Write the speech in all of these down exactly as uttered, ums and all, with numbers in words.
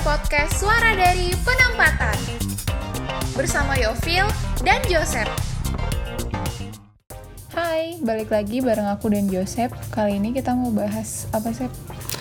podcast Suara dari Penempatan bersama Yovil dan Joseph. Hai, balik lagi bareng aku dan Joseph. Kali ini kita mau bahas apa, Sep?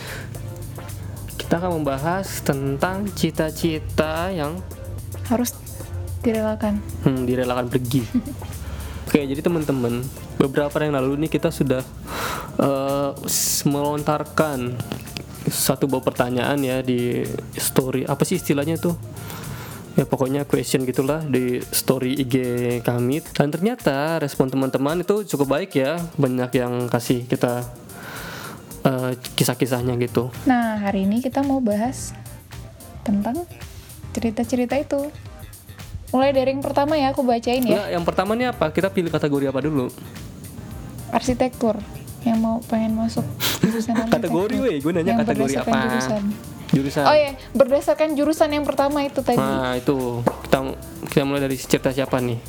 Kita akan membahas tentang cita-cita yang harus direlakan. Hmm, direlakan pergi. Oke, jadi teman-teman, beberapa hari yang lalu nih kita sudah uh, melontarkan satu buah pertanyaan ya di story, apa sih istilahnya tuh? Ya pokoknya question gitulah di story I G kami. Dan ternyata respon teman-teman itu cukup baik ya, banyak yang kasih kita uh, kisah-kisahnya gitu. Nah, hari ini kita mau bahas tentang cerita-cerita itu. Mulai dari yang pertama ya, aku bacain ya. Nah, yang pertama nih apa? Kita pilih kategori apa dulu? Arsitektur. Yang mau pengen masuk jurusan arsitektur. Kategori weh, gue nanya yang kategori apa? Jurusan. Jurusan. Oh iya, berdasarkan jurusan yang pertama itu tadi. Nah, itu. Kita kita mulai dari cerita siapa nih?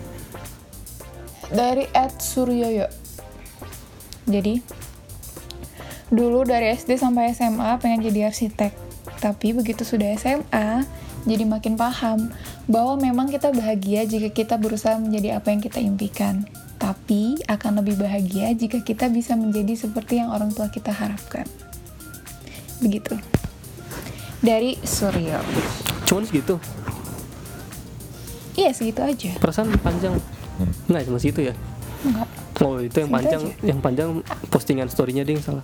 Dari Ed Suryoyo. Jadi, dulu dari S D sampai S M A pengen jadi arsitek. Tapi begitu sudah S M A, jadi makin paham bahwa memang kita bahagia jika kita berusaha menjadi apa yang kita impikan. Tapi akan lebih bahagia jika kita bisa menjadi seperti yang orang tua kita harapkan. Begitu. Dari Suryo. Cuman segitu? Iya, segitu aja. Perasaan panjang. Enggak, cuma segitu ya? Enggak. Oh, itu yang segitu panjang, aja. yang panjang postingan story-nya ding salah.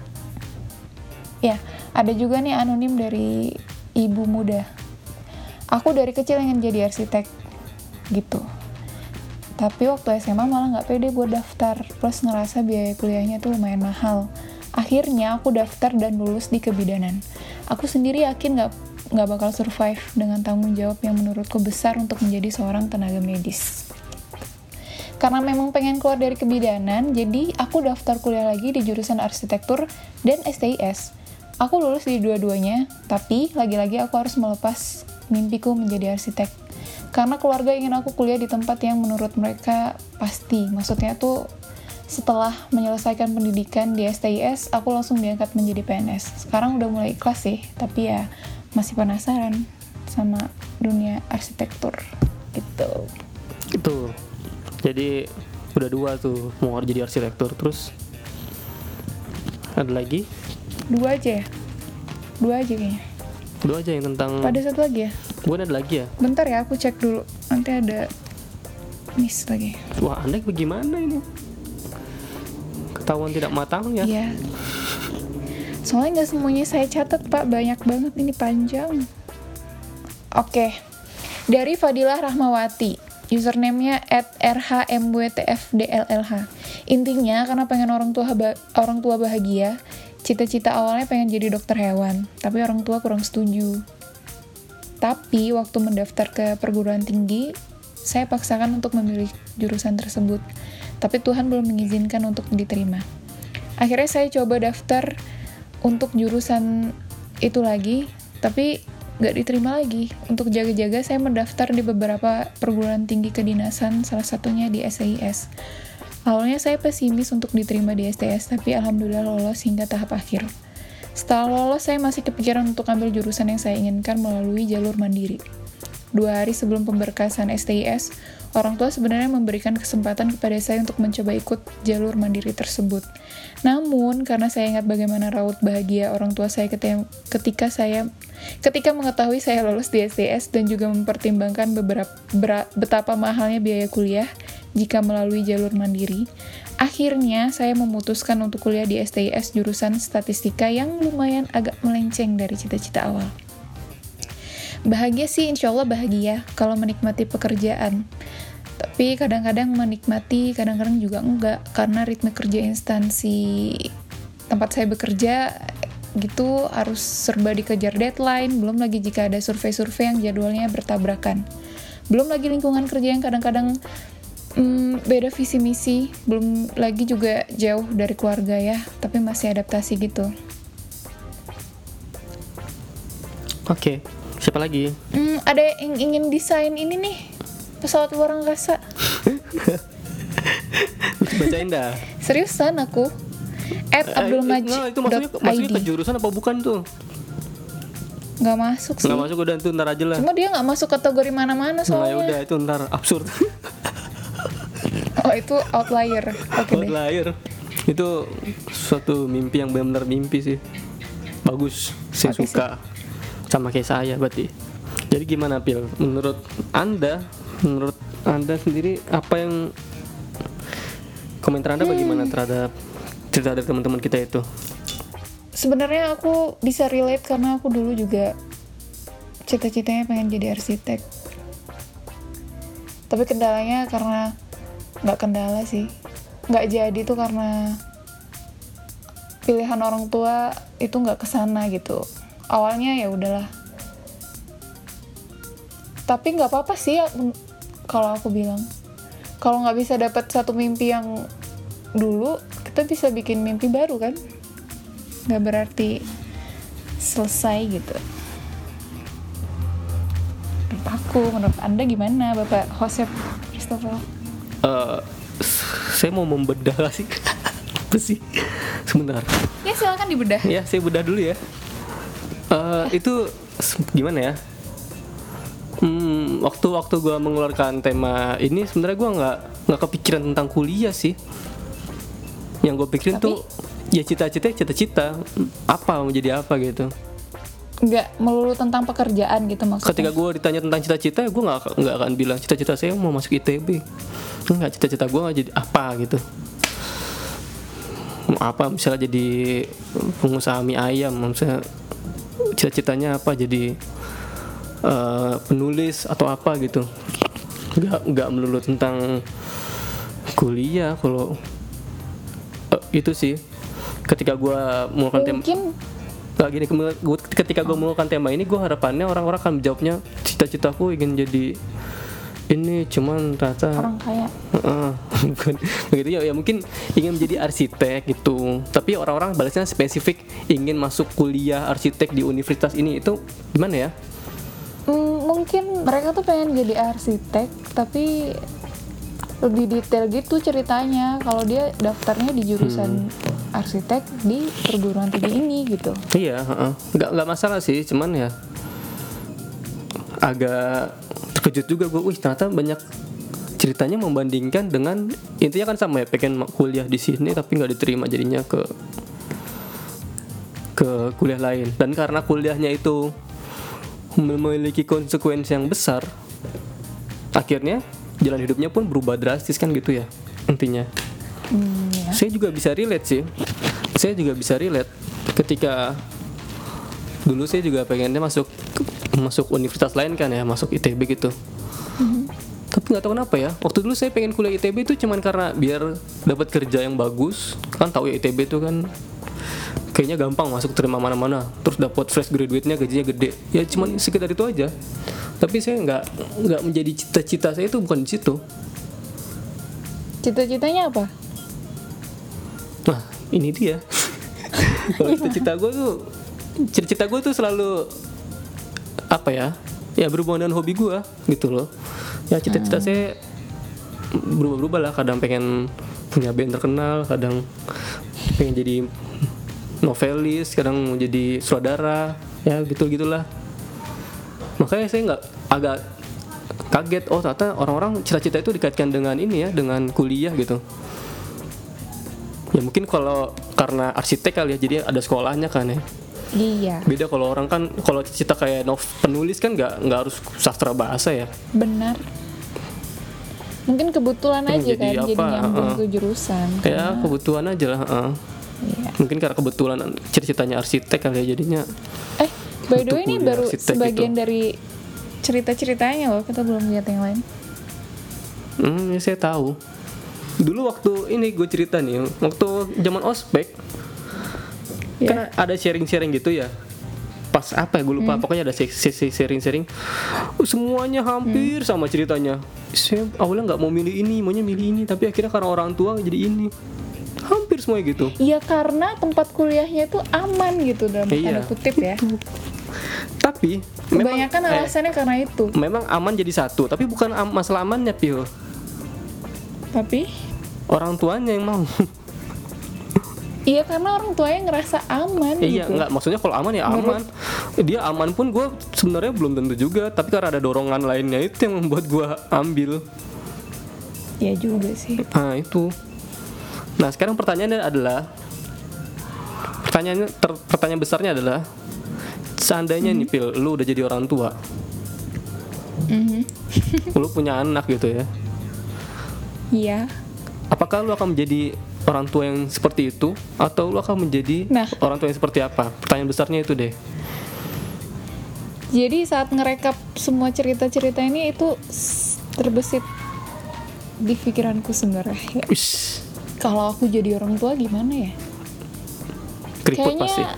Ya, ada juga nih anonim dari ibu muda. Aku dari kecil ingin jadi arsitek. Gitu. Tapi waktu S M A malah nggak pede buat daftar, plus ngerasa biaya kuliahnya tuh lumayan mahal. Akhirnya aku daftar dan lulus di kebidanan. Aku sendiri yakin nggak nggak bakal survive dengan tanggung jawab yang menurutku besar untuk menjadi seorang tenaga medis. Karena memang pengen keluar dari kebidanan, jadi aku daftar kuliah lagi di jurusan arsitektur dan S T I S. Aku lulus di dua-duanya, tapi lagi-lagi aku harus melepas mimpiku menjadi arsitek. Karena keluarga ingin aku kuliah di tempat yang menurut mereka pasti. Maksudnya tuh setelah menyelesaikan pendidikan di S T I S, aku langsung diangkat menjadi P N S. Sekarang udah mulai ikhlas sih, tapi ya masih penasaran sama dunia arsitektur gitu. Itu. Jadi udah dua tuh mau jadi arsitektur. Terus ada lagi? Dua aja ya? Dua aja kayaknya. Dua aja yang tentang. Ada satu lagi ya? Bukan ada lagi ya? Bentar ya, aku cek dulu. Nanti ada miss lagi. Wah, Anda bagaimana ini? Ketahuan tidak matang ya? Iya. Soalnya nggak semuanya saya catat, Pak. Banyak banget, ini panjang. Oke. Dari Fadilah Rahmawati. Username-nya at r h m w t f d l l h. Intinya karena pengen orang tua ba- orang tua bahagia, cita-cita awalnya pengen jadi dokter hewan, tapi orang tua kurang setuju. Tapi waktu mendaftar ke perguruan tinggi, saya paksakan untuk memilih jurusan tersebut. Tapi Tuhan belum mengizinkan untuk diterima. Akhirnya saya coba daftar untuk jurusan itu lagi, tapi gak diterima lagi. Untuk jaga-jaga saya mendaftar di beberapa perguruan tinggi kedinasan, salah satunya di S I S. Awalnya saya pesimis untuk diterima di S T S, tapi alhamdulillah lolos hingga tahap akhir. Setelah lolos, saya masih kepikiran untuk ambil jurusan yang saya inginkan melalui jalur mandiri. Dua hari sebelum pemberkasan S T I S, orang tua sebenarnya memberikan kesempatan kepada saya untuk mencoba ikut jalur mandiri tersebut. Namun, karena saya ingat bagaimana raut bahagia orang tua saya ketika saya ketika mengetahui saya lolos di S T I S dan juga mempertimbangkan beberapa ber, betapa mahalnya biaya kuliah jika melalui jalur mandiri, akhirnya saya memutuskan untuk kuliah di S T I S jurusan statistika yang lumayan agak melenceng dari cita-cita awal. Bahagia sih, insya Allah bahagia kalau menikmati pekerjaan. Tapi kadang-kadang menikmati, kadang-kadang juga enggak, karena ritme kerja instansi tempat saya bekerja gitu harus serba dikejar deadline, belum lagi jika ada survei-survei yang jadwalnya bertabrakan. Belum lagi lingkungan kerja yang kadang-kadang Hmm, beda visi misi, belum lagi juga jauh dari keluarga ya, tapi masih adaptasi gitu. Oke, siapa lagi? Hmm, ada yang ingin desain ini nih, pesawat luar angkasa. Bacain dah. Seriusan aku. At abdulmajid Nah, itu maksudnya, maksudnya ke jurusan apa bukan tuh? nggak masuk sih. Nggak masuk udah itu ntar aja lah. Cuma dia nggak masuk kategori mana-mana Nah ya soalnya. udah itu ntar absurd. Oh itu outlier. Oke deh. Outlier. Itu suatu mimpi yang benar-benar mimpi sih. Bagus, saya Oke, suka. Sama kayak saya berarti. Jadi gimana Pil? Menurut Anda, menurut Anda sendiri apa yang komentar Anda Hmm. bagaimana terhadap cerita dari teman-teman kita itu? Sebenarnya aku bisa relate karena aku dulu juga cita-citanya pengen jadi arsitek. Tapi kendalanya karena nggak kendala sih, nggak jadi tuh karena pilihan orang tua itu nggak kesana gitu. Awalnya ya udahlah. Tapi nggak apa-apa sih aku- kalau aku bilang. Kalau nggak bisa dapat satu mimpi yang dulu, kita bisa bikin mimpi baru kan? Nggak berarti selesai gitu. Menurut aku, menurut Anda gimana Bapak Joseph Christopher? Eh, saya mau membedah sih. Apa sih? Sebentar. Ya silakan dibedah. Ya, saya bedah dulu ya. Eh, itu s- gimana ya? Hmm, waktu-waktu gue mengeluarkan tema ini sebenarnya gue nggak nggak kepikiran tentang kuliah sih. Yang gue pikirin Tapi? tuh ya cita-cita, cita-cita apa mau jadi apa gitu. Nggak melulu tentang pekerjaan gitu maksudnya. Ketika gue ditanya tentang cita-cita, gue nggak nggak akan bilang cita-cita saya mau masuk I T B. Enggak, cita-cita gue jadi apa gitu. Mau apa misalnya jadi pengusaha mie ayam, misalnya cita-citanya apa jadi uh, penulis atau apa gitu. Nggak nggak melulu tentang kuliah kalau uh, itu sih. Ketika gue melakukan tema Mungkin Gak gini, gua- ketika gue melakukan tema ini, gue harapannya orang-orang akan menjawabnya cita-citaku ingin jadi ini, cuman ternyata orang kaya. Heeh, bukan begitu ya, ya mungkin ingin menjadi arsitek gitu. Tapi orang-orang balasnya spesifik ingin masuk kuliah arsitek di universitas ini, itu gimana ya? Hmm, mungkin mereka tuh pengen jadi arsitek, tapi lebih detail gitu ceritanya. Kalau dia daftarnya di jurusan arsitek di perguruan tinggi ini gitu. Iya, heeh. nggak nggak masalah sih, cuman ya agak terkejut juga gue. Wih, ternyata banyak ceritanya membandingkan dengan intinya kan sama ya, pengen kuliah di sini tapi nggak diterima jadinya ke ke kuliah lain. Dan karena kuliahnya itu memiliki konsekuensi yang besar, akhirnya jalan hidupnya pun berubah drastis kan gitu ya intinya. Hmm, ya. Saya juga bisa relate sih. Saya juga bisa relate ketika dulu saya juga pengennya masuk masuk universitas lain kan ya, masuk I T B gitu. Mhm. Tapi nggak tahu kenapa ya. Waktu dulu saya pengen kuliah I T B itu cuman karena biar dapat kerja yang bagus. Kan tahu ya I T B itu kan kayaknya gampang masuk terima mana-mana. Terus dapat fresh graduate-nya gajinya gede. Ya cuman sekedar itu aja. Tapi saya nggak nggak menjadi cita-cita saya itu bukan di situ. Cita-citanya apa? Nah, ini dia. Kalau cita-cita gue tuh, cita-cita gue tuh selalu apa ya? Ya berhubungan dengan hobi gue, gitu loh. Ya cita-cita Hmm. saya berubah-berubah lah. Kadang pengen punya band terkenal, kadang pengen jadi novelis, kadang mau jadi sutradara, ya gitu gitulah. Makanya saya nggak agak kaget. Oh ternyata orang-orang cita-cita itu dikaitkan dengan ini ya, dengan kuliah gitu. Ya mungkin kalau karena arsitek kali ya, jadi ada sekolahnya kan ya. Iya, Beda kalau orang kan, kalau cita kayak nov penulis kan nggak nggak harus sastra bahasa ya. benar. Mungkin kebetulan Hmm, aja jadi kan jadi apa, nyambung uh-uh. ke jurusan. Ya karena- kebutuhan aja lah. heeh. Iya. Mungkin karena kebetulan cita-citanya arsitek kali ya, jadinya. Eh, by the Untuk way ini kuliah baru arsitek sebagian gitu. dari cerita-ceritanya loh, kita belum lihat yang lain. Hmm, ya saya tahu. Dulu waktu ini gue cerita nih, waktu zaman ospek Ya. kan ada sharing-sharing gitu ya. Pas apa ya gue lupa, Hmm. pokoknya ada sesi sharing-sharing. Semuanya hampir Hmm. sama ceritanya. Saya awalnya nggak mau milih ini, maunya milih ini, tapi akhirnya karena orang tua jadi ini. Hampir semuanya gitu. Iya, karena tempat kuliahnya itu aman gitu dalam Iya. tanda kutip ya. Tapi memang Kebanyakan eh, alasannya karena itu. memang aman jadi satu, tapi bukan am- masalah amannya Pio. Tapi Orang tuanya yang mau. iya, karena orang tuanya ngerasa aman Iya, gitu. enggak, maksudnya kalau aman ya Menurut- aman. dia aman pun gue sebenarnya belum tentu juga, tapi karena ada dorongan lainnya itu yang membuat gue ambil. Ya juga sih. Nah itu. Nah sekarang pertanyaannya adalah, pertanyaannya ter, pertanyaan besarnya adalah, seandainya mm-hmm. nih Pil, lu udah jadi orang tua, mm-hmm. lu punya anak gitu ya. Iya. Apakah lu akan menjadi orang tua yang seperti itu, atau lu akan menjadi nah. orang tua yang seperti apa? Pertanyaan besarnya itu deh. Jadi saat ngerekap semua cerita-cerita ini itu terbesit di pikiranku sebenarnya. Ya. Kalau aku jadi orang tua gimana ya? Keriput kayaknya pasti.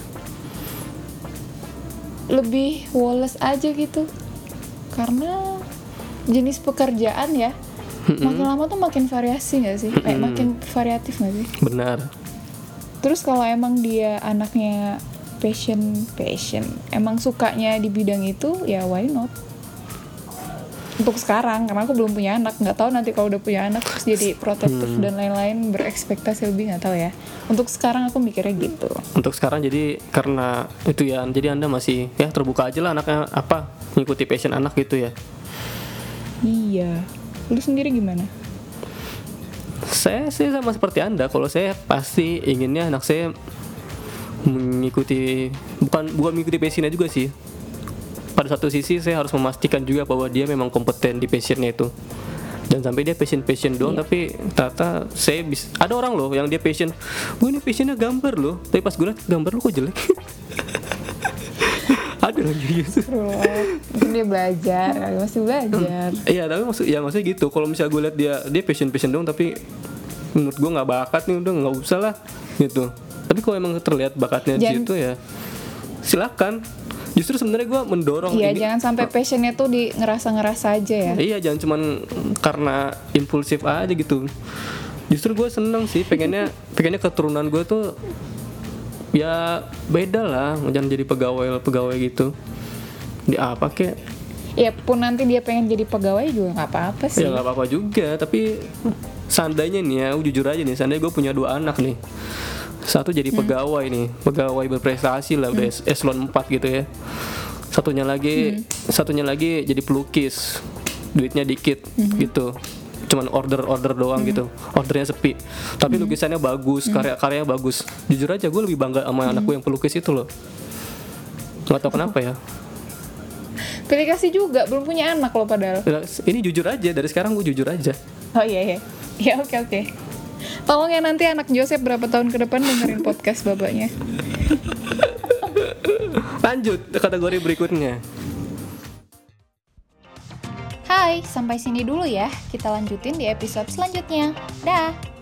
Lebih woles aja gitu. Karena jenis pekerjaan ya, mm-hmm. makin lama tuh makin variasi gak sih? Kayak mm-hmm. makin variatif gak sih? Benar. Terus kalau emang dia anaknya passion, passion emang sukanya di bidang itu, ya why not? Untuk sekarang, karena aku belum punya anak, nggak tahu nanti kalau udah punya anak terus jadi protektif hmm. dan lain-lain, berekspektasi lebih, nggak tahu ya. Untuk sekarang aku mikirnya gitu. Untuk sekarang jadi karena itu ya, jadi Anda masih ya terbuka aja lah anaknya apa, ngikuti passion anak gitu ya. Iya. Lu sendiri gimana? Saya sih sama seperti Anda. Kalau saya pasti inginnya anak saya mengikuti, bukan bukan mengikuti passionnya juga sih. Pada satu sisi saya harus memastikan juga bahwa dia memang kompeten di passionnya itu. Dan sampai dia passion-passion doang, yeah. tapi ternyata saya bisa, ada orang loh yang dia passion, gue ini passionnya gambar loh, tapi pas gue liat gambar lu kok jelek. Ada lagi gitu. Mungkin dia belajar, masih belajar. Iya, tapi maksud ya maksudnya gitu. Kalau misalnya gue liat dia dia passion-passion doang, tapi menurut gue nggak bakat nih, udah nggak usah lah gitu. Tapi kalau emang terlihat bakatnya di situ ya silakan. Justru sebenarnya gue mendorong. Iya, ini, jangan sampai passionnya tuh di ngerasa-ngerasa aja ya. Iya, jangan cuman karena impulsif aja gitu. Justru gue seneng sih, pengennya pengennya keturunan gue tuh ya beda lah, jangan jadi pegawai pegawai gitu. Di apa kek? Ya pun nanti dia pengen jadi pegawai juga nggak apa-apa sih. Ya nggak apa-apa juga, tapi seandainya nih ya, jujur aja nih, seandainya gue punya dua anak nih. Satu jadi pegawai hmm. nih, pegawai berprestasi lah, udah hmm. eselon empat gitu ya. Satunya lagi, hmm. satunya lagi jadi pelukis, duitnya dikit hmm. gitu, cuman order-order doang hmm. gitu, ordernya sepi, tapi hmm. lukisannya bagus, hmm. karya-karyanya bagus. Jujur aja gue lebih bangga sama hmm. anakku yang pelukis itu loh. Gak tau kenapa ya. Pilih kasih juga, belum punya anak loh padahal. Ini jujur aja, dari sekarang gue jujur aja. Oh iya iya, ya oke oke. Tolong ya nanti anak Joseph berapa tahun ke depan dengerin podcast bapaknya. Lanjut kategori berikutnya. Hai, sampai sini dulu ya. Kita lanjutin di episode selanjutnya. Dah.